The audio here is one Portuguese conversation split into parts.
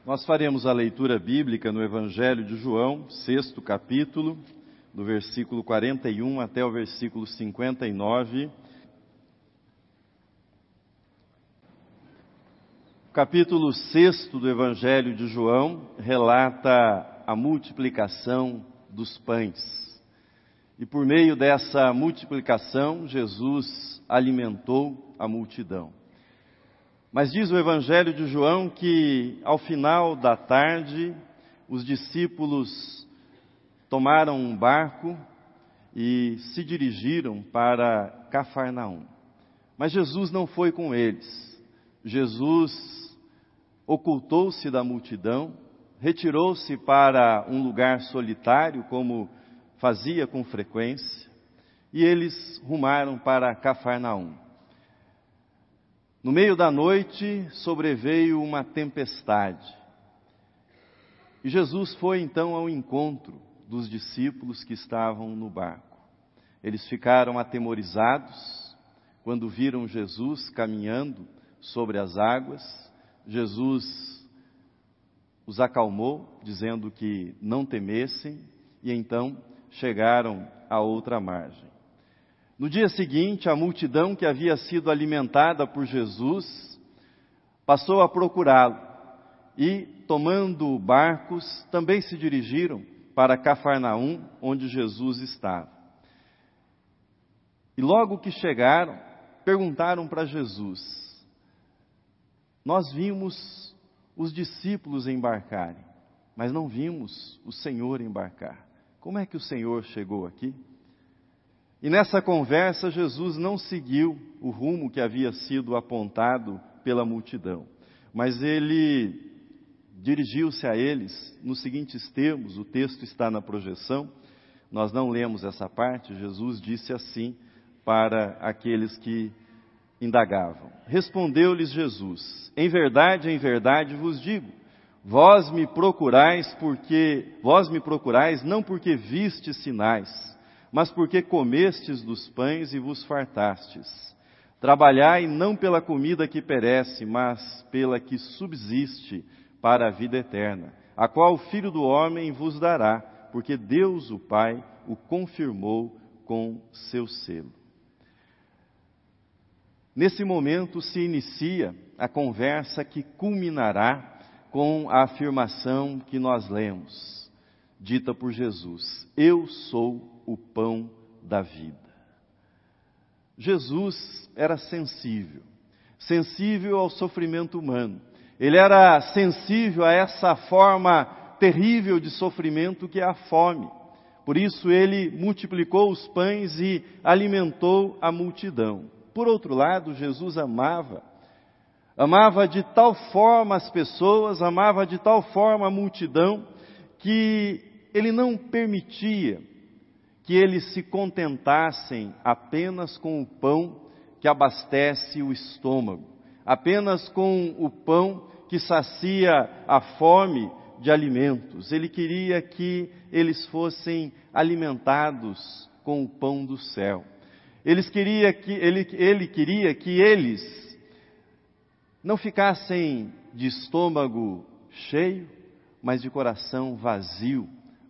Nós faremos a leitura bíblica no Evangelho de João, 6º capítulo, do versículo 41 até o versículo 59. O capítulo 6 do Evangelho de João relata a multiplicação dos pães. E por meio dessa multiplicação, Jesus alimentou a multidão. Mas diz o Evangelho de João que, ao final da tarde, os discípulos tomaram um barco e se dirigiram para Cafarnaum. Mas Jesus não foi com eles. Jesus ocultou-se da multidão, retirou-se para um lugar solitário, como fazia com frequência, e eles rumaram para Cafarnaum. No meio da noite sobreveio uma tempestade. E Jesus foi então ao encontro dos discípulos que estavam no barco. Eles ficaram atemorizados quando viram Jesus caminhando sobre as águas. Jesus os acalmou, dizendo que não temessem, e então chegaram à outra margem. No dia seguinte, a multidão que havia sido alimentada por Jesus passou a procurá-lo e, tomando barcos, também se dirigiram para Cafarnaum, onde Jesus estava. E logo que chegaram, perguntaram para Jesus: nós vimos os discípulos embarcarem, mas não vimos o Senhor embarcar. Como é que o Senhor chegou aqui? E nessa conversa, Jesus não seguiu o rumo que havia sido apontado pela multidão, mas ele dirigiu-se a eles nos seguintes termos. O texto está na projeção, nós não lemos essa parte. Jesus disse assim para aqueles que indagavam. Respondeu-lhes Jesus: em verdade vos digo, vós me procurais não porque vistes sinais, mas porque comestes dos pães e vos fartastes. Trabalhai não pela comida que perece, mas pela que subsiste para a vida eterna, a qual o Filho do Homem vos dará, porque Deus o Pai o confirmou com seu selo. Nesse momento se inicia a conversa que culminará com a afirmação que nós lemos, dita por Jesus: eu sou o pão da vida. Jesus era sensível ao sofrimento humano. Ele era sensível a essa forma terrível de sofrimento que é a fome. Por isso ele multiplicou os pães e alimentou a multidão. Por outro lado, Jesus amava de tal forma as pessoas, amava de tal forma a multidão, que ele não permitia que eles se contentassem apenas com o pão que abastece o estômago, apenas com o pão que sacia a fome de alimentos. Ele queria que eles fossem alimentados com o pão do céu. Ele queria que eles não ficassem de estômago cheio, mas de coração vazio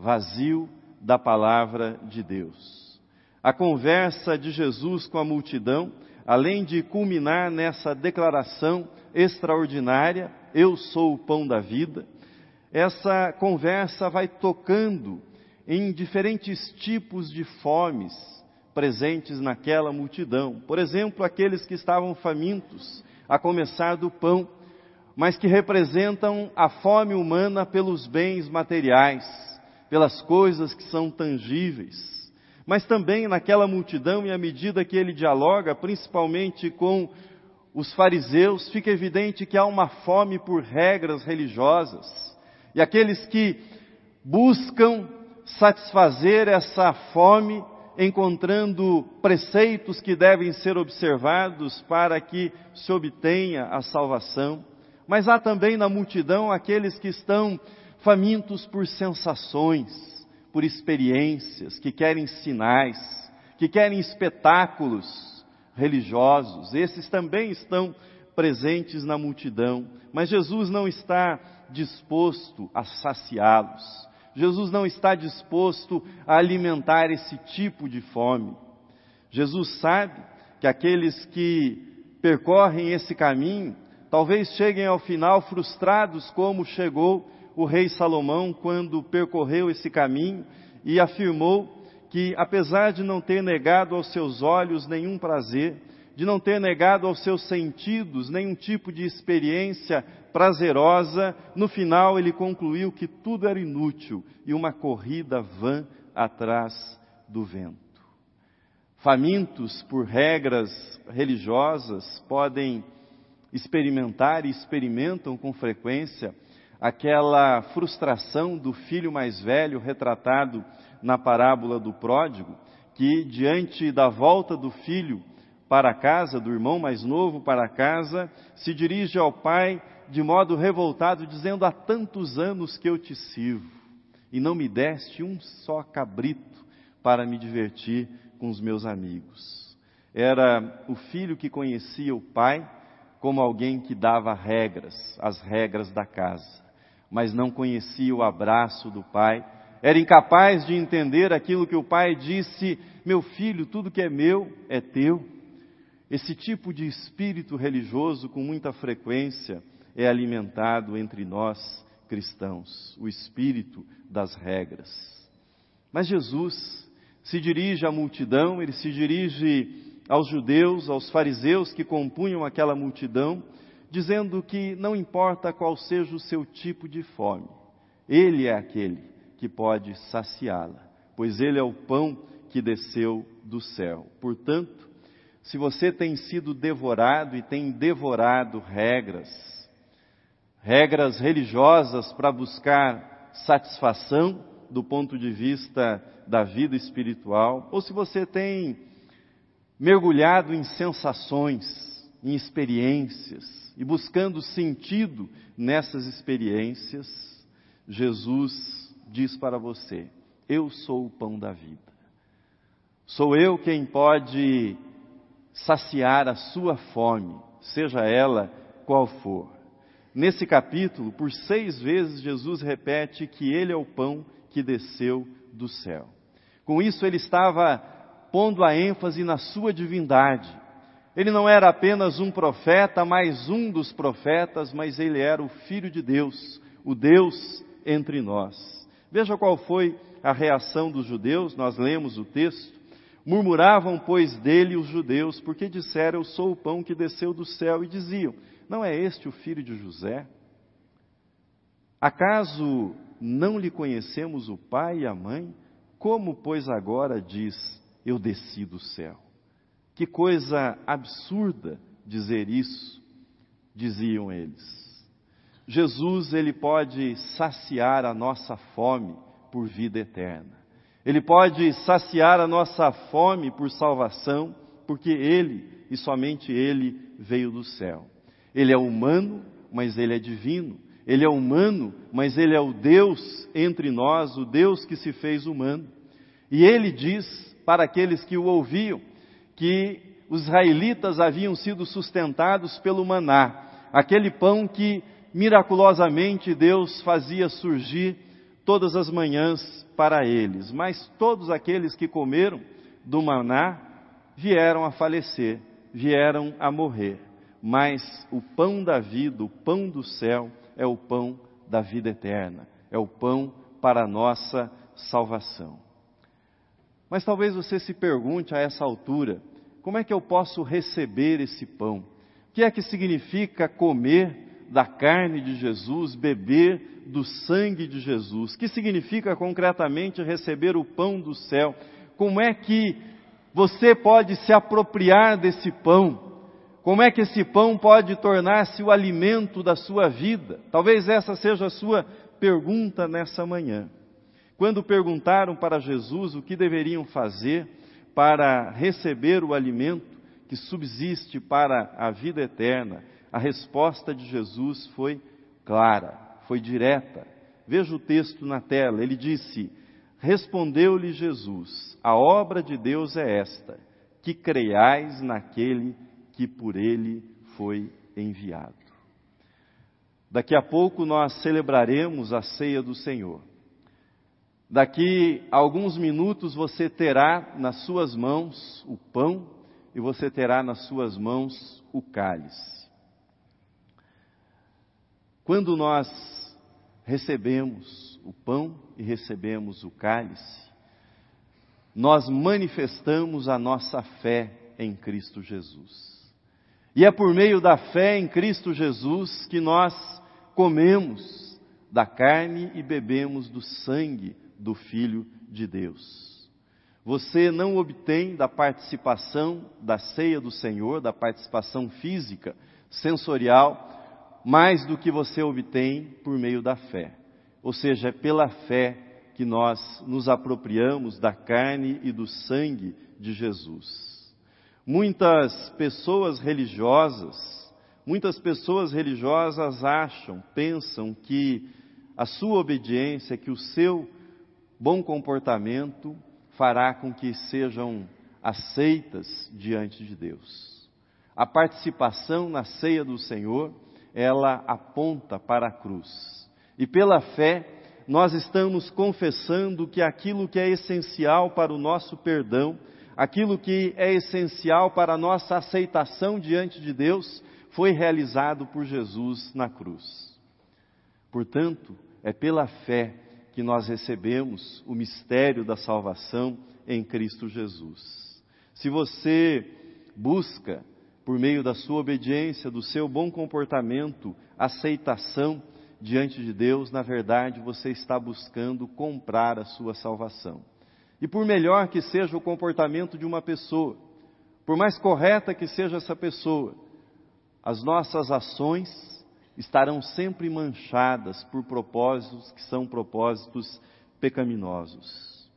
da palavra de Deus. A conversa de Jesus com a multidão, além de culminar nessa declaração extraordinária: eu sou o pão da vida, essa conversa vai tocando em diferentes tipos de fomes presentes naquela multidão. Por exemplo, aqueles que estavam famintos, a começar do pão, mas que representam a fome humana pelos bens materiais, pelas coisas que são tangíveis. Mas também naquela multidão, e à medida que ele dialoga, principalmente com os fariseus, fica evidente que há uma fome por regras religiosas. E aqueles que buscam satisfazer essa fome, encontrando preceitos que devem ser observados para que se obtenha a salvação. Mas há também na multidão aqueles que estão famintos por sensações, por experiências, que querem sinais, que querem espetáculos religiosos. Esses também estão presentes na multidão, mas Jesus não está disposto a saciá-los. Jesus não está disposto a alimentar esse tipo de fome. Jesus sabe que aqueles que percorrem esse caminho, talvez cheguem ao final frustrados como chegou o rei Salomão quando percorreu esse caminho e afirmou que, apesar de não ter negado aos seus olhos nenhum prazer, de não ter negado aos seus sentidos nenhum tipo de experiência prazerosa, no final ele concluiu que tudo era inútil e uma corrida vã atrás do vento. Famintos por regras religiosas podem experimentar e experimentam com frequência aquela frustração do filho mais velho retratado na parábola do pródigo, que diante da volta do filho para casa, do irmão mais novo para casa, se dirige ao pai de modo revoltado, dizendo: há tantos anos que eu te sirvo e não me deste um só cabrito para me divertir com os meus amigos. Era o filho que conhecia o pai como alguém que dava regras, as regras da casa, mas não conhecia o abraço do pai. Era incapaz de entender aquilo que o pai disse: meu filho, tudo que é meu é teu. Esse tipo de espírito religioso, com muita frequência, é alimentado entre nós cristãos, o espírito das regras. Mas Jesus se dirige à multidão, ele se dirige aos judeus, aos fariseus que compunham aquela multidão, dizendo que não importa qual seja o seu tipo de fome, ele é aquele que pode saciá-la, pois ele é o pão que desceu do céu. Portanto, se você tem sido devorado e tem devorado regras religiosas para buscar satisfação do ponto de vista da vida espiritual, ou se você tem mergulhado em sensações, em experiências, e buscando sentido nessas experiências, Jesus diz para você: eu sou o pão da vida. Sou eu quem pode saciar a sua fome, seja ela qual for. Nesse capítulo, por 6 vezes, Jesus repete que Ele é o pão que desceu do céu. Com isso, Ele estava pondo a ênfase na sua divindade. Ele não era apenas um profeta, mais um dos profetas, mas Ele era o Filho de Deus, o Deus entre nós. Veja qual foi a reação dos judeus, nós lemos o texto. Murmuravam, pois, dele os judeus, porque disseram: eu sou o pão que desceu do céu, e diziam: não é este o filho de José? Acaso não lhe conhecemos o pai e a mãe? Como, pois, agora diz: eu desci do céu? Que coisa absurda dizer isso, diziam eles. Jesus, Ele pode saciar a nossa fome por vida eterna. Ele pode saciar a nossa fome por salvação, porque Ele, e somente Ele, veio do céu. Ele é humano, mas Ele é divino. Ele é humano, mas Ele é o Deus entre nós, o Deus que se fez humano. E Ele diz para aqueles que o ouviam, que os israelitas haviam sido sustentados pelo maná, aquele pão que miraculosamente Deus fazia surgir todas as manhãs para eles. Mas todos aqueles que comeram do maná vieram a falecer, vieram a morrer. Mas o pão da vida, o pão do céu, é o pão da vida eterna, é o pão para a nossa salvação. Mas talvez você se pergunte a essa altura: como é que eu posso receber esse pão? O que é que significa comer da carne de Jesus, beber do sangue de Jesus? O que significa concretamente receber o pão do céu? Como é que você pode se apropriar desse pão? Como é que esse pão pode tornar-se o alimento da sua vida? Talvez essa seja a sua pergunta nessa manhã. Quando perguntaram para Jesus o que deveriam fazer para receber o alimento que subsiste para a vida eterna, a resposta de Jesus foi clara, foi direta. Veja o texto na tela. Ele disse: respondeu-lhe Jesus: a obra de Deus é esta, que creiais naquele que por ele foi enviado. Daqui a pouco nós celebraremos a ceia do Senhor. Daqui a alguns minutos você terá nas suas mãos o pão e você terá nas suas mãos o cálice. Quando nós recebemos o pão e recebemos o cálice, nós manifestamos a nossa fé em Cristo Jesus. E é por meio da fé em Cristo Jesus que nós comemos da carne e bebemos do sangue do Filho de Deus. Você não obtém da participação da ceia do Senhor, da participação física, sensorial, mais do que você obtém por meio da fé. Ou seja, é pela fé que nós nos apropriamos da carne e do sangue de Jesus. Muitas pessoas religiosas pensam que a sua obediência, que o seu bom comportamento fará com que sejam aceitas diante de Deus. A participação na ceia do Senhor, ela aponta para a cruz. E pela fé, nós estamos confessando que aquilo que é essencial para o nosso perdão, aquilo que é essencial para a nossa aceitação diante de Deus, foi realizado por Jesus na cruz. Portanto, é pela fé que nós recebemos o mistério da salvação em Cristo Jesus. Se você busca, por meio da sua obediência, do seu bom comportamento, aceitação diante de Deus, na verdade você está buscando comprar a sua salvação. E por melhor que seja o comportamento de uma pessoa, por mais correta que seja essa pessoa, as nossas ações estarão sempre manchadas por propósitos que são propósitos pecaminosos.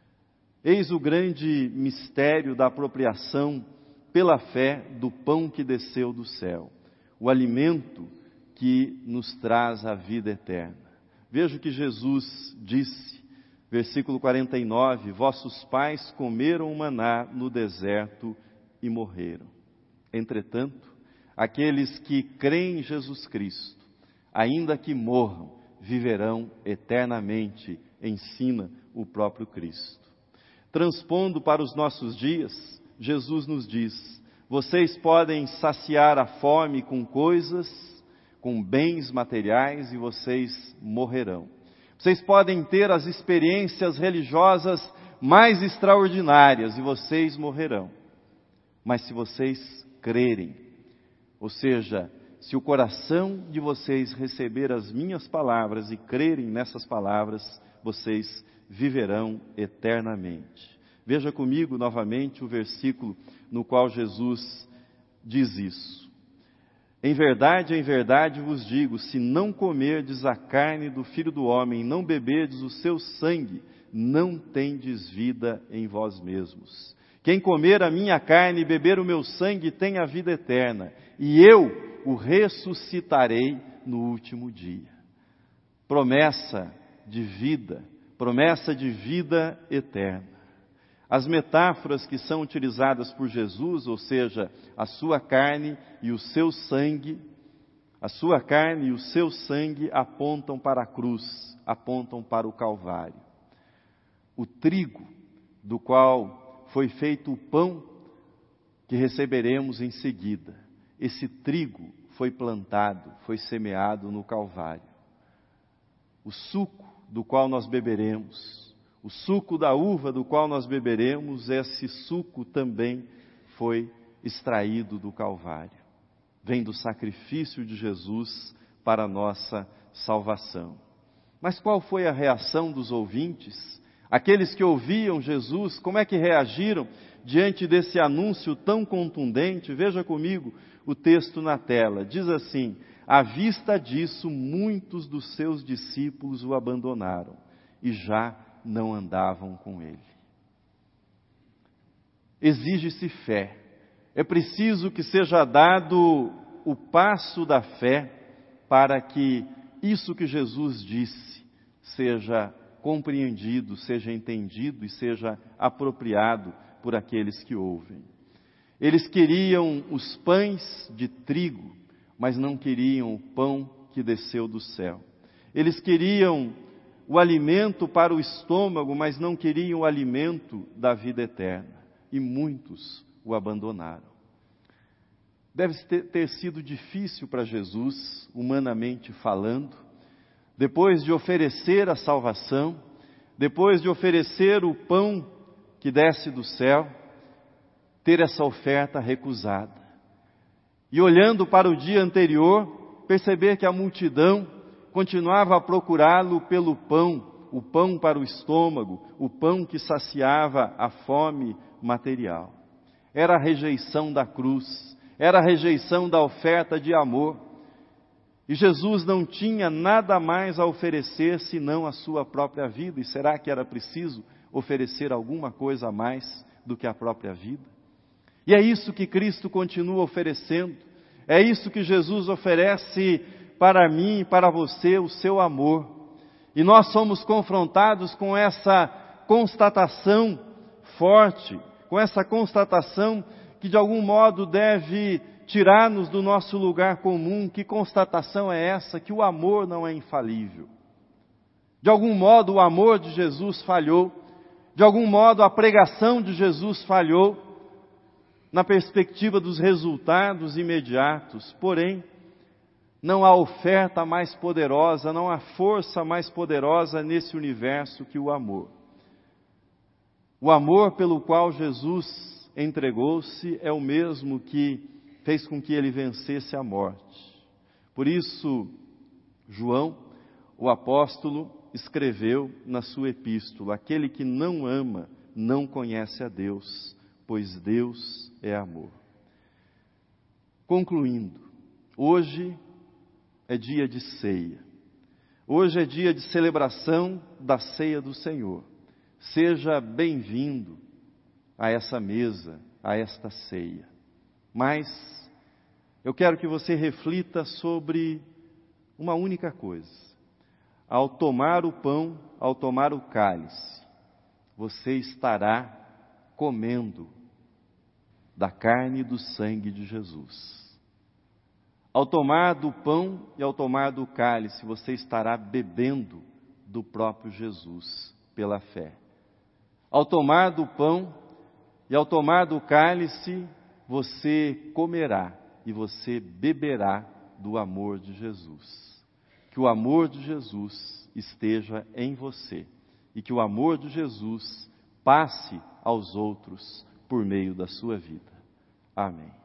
Eis o grande mistério da apropriação pela fé do pão que desceu do céu, o alimento que nos traz a vida eterna. Veja o que Jesus disse, versículo 49, vossos pais comeram o maná no deserto e morreram. Entretanto, aqueles que creem em Jesus Cristo, ainda que morram, viverão eternamente, ensina o próprio Cristo. Transpondo para os nossos dias, Jesus nos diz, vocês podem saciar a fome com coisas, com bens materiais e vocês morrerão. Vocês podem ter as experiências religiosas mais extraordinárias e vocês morrerão. Mas se vocês crerem, ou seja, se o coração de vocês receber as minhas palavras e crerem nessas palavras, vocês viverão eternamente. Veja comigo novamente o versículo no qual Jesus diz isso. Em verdade vos digo, se não comerdes a carne do Filho do Homem, e não beberdes o seu sangue, não tendes vida em vós mesmos. Quem comer a minha carne e beber o meu sangue tem a vida eterna, e eu o ressuscitarei no último dia. Promessa de vida eterna. As metáforas que são utilizadas por Jesus, ou seja, a sua carne e o seu sangue, apontam para a cruz, apontam para o Calvário. O trigo do qual foi feito o pão que receberemos em seguida. Esse trigo foi plantado, foi semeado no Calvário. O suco do qual nós beberemos, o suco da uva do qual nós beberemos, esse suco também foi extraído do Calvário. Vem do sacrifício de Jesus para a nossa salvação. Mas qual foi a reação dos ouvintes? Aqueles que ouviam Jesus, como é que reagiram diante desse anúncio tão contundente? Veja comigo o texto na tela. Diz assim, à vista disso, muitos dos seus discípulos o abandonaram e já não andavam com ele. Exige-se fé. É preciso que seja dado o passo da fé para que isso que Jesus disse seja compreendido, seja entendido e seja apropriado por aqueles que ouvem. Eles queriam os pães de trigo, mas não queriam o pão que desceu do céu. Eles queriam o alimento para o estômago, mas não queriam o alimento da vida eterna. E muitos o abandonaram. Deve ter sido difícil para Jesus, humanamente falando, depois de oferecer a salvação, depois de oferecer o pão que desce do céu, ter essa oferta recusada. E olhando para o dia anterior, perceber que a multidão continuava a procurá-lo pelo pão, o pão para o estômago, o pão que saciava a fome material. Era a rejeição da cruz, era a rejeição da oferta de amor. E Jesus não tinha nada mais a oferecer senão a sua própria vida. E será que era preciso oferecer alguma coisa a mais do que a própria vida? E é isso que Cristo continua oferecendo. É isso que Jesus oferece para mim e para você, o seu amor. E nós somos confrontados com essa constatação forte, com essa constatação que de algum modo deve tirar-nos do nosso lugar comum. Que constatação é essa? Que o amor não é infalível. De algum modo o amor de Jesus falhou. De algum modo a pregação de Jesus falhou na perspectiva dos resultados imediatos. Porém, não há oferta mais poderosa, não há força mais poderosa nesse universo que o amor. O amor pelo qual Jesus entregou-se é o mesmo que fez com que ele vencesse a morte. Por isso, João, o apóstolo, escreveu na sua epístola: aquele que não ama não conhece a Deus, pois Deus é amor. Concluindo, hoje é dia de ceia. Hoje é dia de celebração da ceia do Senhor. Seja bem-vindo a essa mesa, a esta ceia. Mas eu quero que você reflita sobre uma única coisa. Ao tomar o pão, ao tomar o cálice, você estará comendo da carne e do sangue de Jesus. Ao tomar do pão e ao tomar do cálice, você estará bebendo do próprio Jesus pela fé. Ao tomar do pão e ao tomar do cálice, você comerá e você beberá do amor de Jesus. Que o amor de Jesus esteja em você e que o amor de Jesus passe aos outros por meio da sua vida. Amém.